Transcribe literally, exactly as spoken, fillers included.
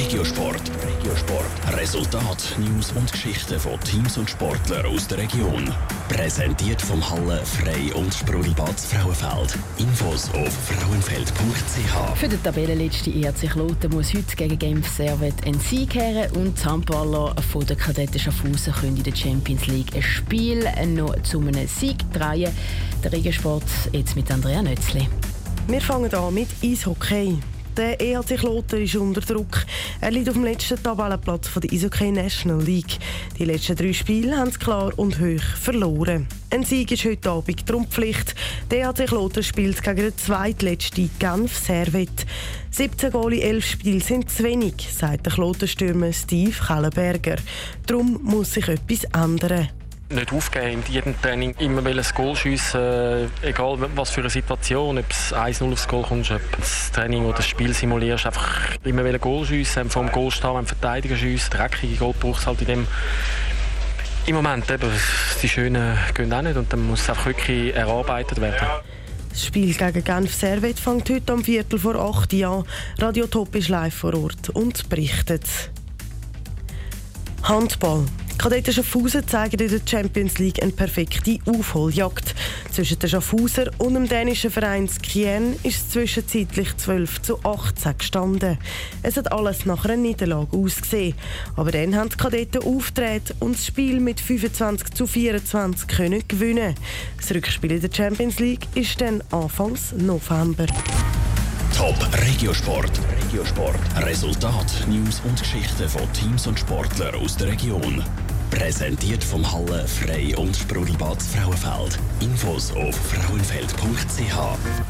Regiosport. Regiosport. Resultat, News und Geschichten von Teams und Sportlern aus der Region. Präsentiert vom Halle Frei und Spruribad Frauenfeld. Infos auf frauenfeld punkt c h. Für den Tabellenletzten E R C Kloten muss heute gegen Genf Servet ein Sieg her und die Handballer von der Kadetten Schaffhausen können in der Champions League ein Spiel noch zu einem Sieg drehen. Der Regiosport jetzt mit Andrea Nötzli. Wir fangen an mit Eishockey. Der E H C Kloten ist unter Druck. Er liegt auf dem letzten Tabellenplatz von der Eishockey National League. Die letzten drei Spiele haben sie klar und hoch verloren. Ein Sieg ist heute Abend darum Pflicht. Der E H C Kloten spielt gegen den zweitletzten Genf Servet. siebzehn Goal in elf Spielen sind zu wenig, sagt der Klotenstürmer Steve Kellenberger. Darum muss sich etwas ändern. Nicht aufgeben, in jedem Training immer ein Goal schiessen, egal was für eine Situation, ob es eins null aufs Goal kommt, ob das Training oder das Spiel simulierst, einfach immer ein Goal schiessen, vor dem Goal stehen, wenn Verteidiger schiessen, dreckige Goal braucht es halt in dem. Im Moment eben, die Schönen gehen auch nicht und dann muss es einfach wirklich erarbeitet werden. Das Spiel gegen Genf Servet fängt heute am Viertel vor acht an. Radio Top ist live vor Ort und berichtet. Handball. Die Kadetten Schaffhausen zeigen in der Champions League eine perfekte Aufholjagd. Zwischen den Schaffhauser und dem dänischen Verein Skien ist es zwischenzeitlich zwölf zu achtzehn gestanden. Es hat alles nach einer Niederlage ausgesehen. Aber dann haben die Kadetten aufgetreten und das Spiel mit fünfundzwanzig zu vierundzwanzig können gewinnen. Das Rückspiel in der Champions League ist dann Anfangs November. Top Regiosport. Regiosport. Resultat, News und Geschichten von Teams und Sportlern aus der Region. Präsentiert vom Halle Frei und Spruribad Frauenfeld. Infos auf frauenfeld punkt c h.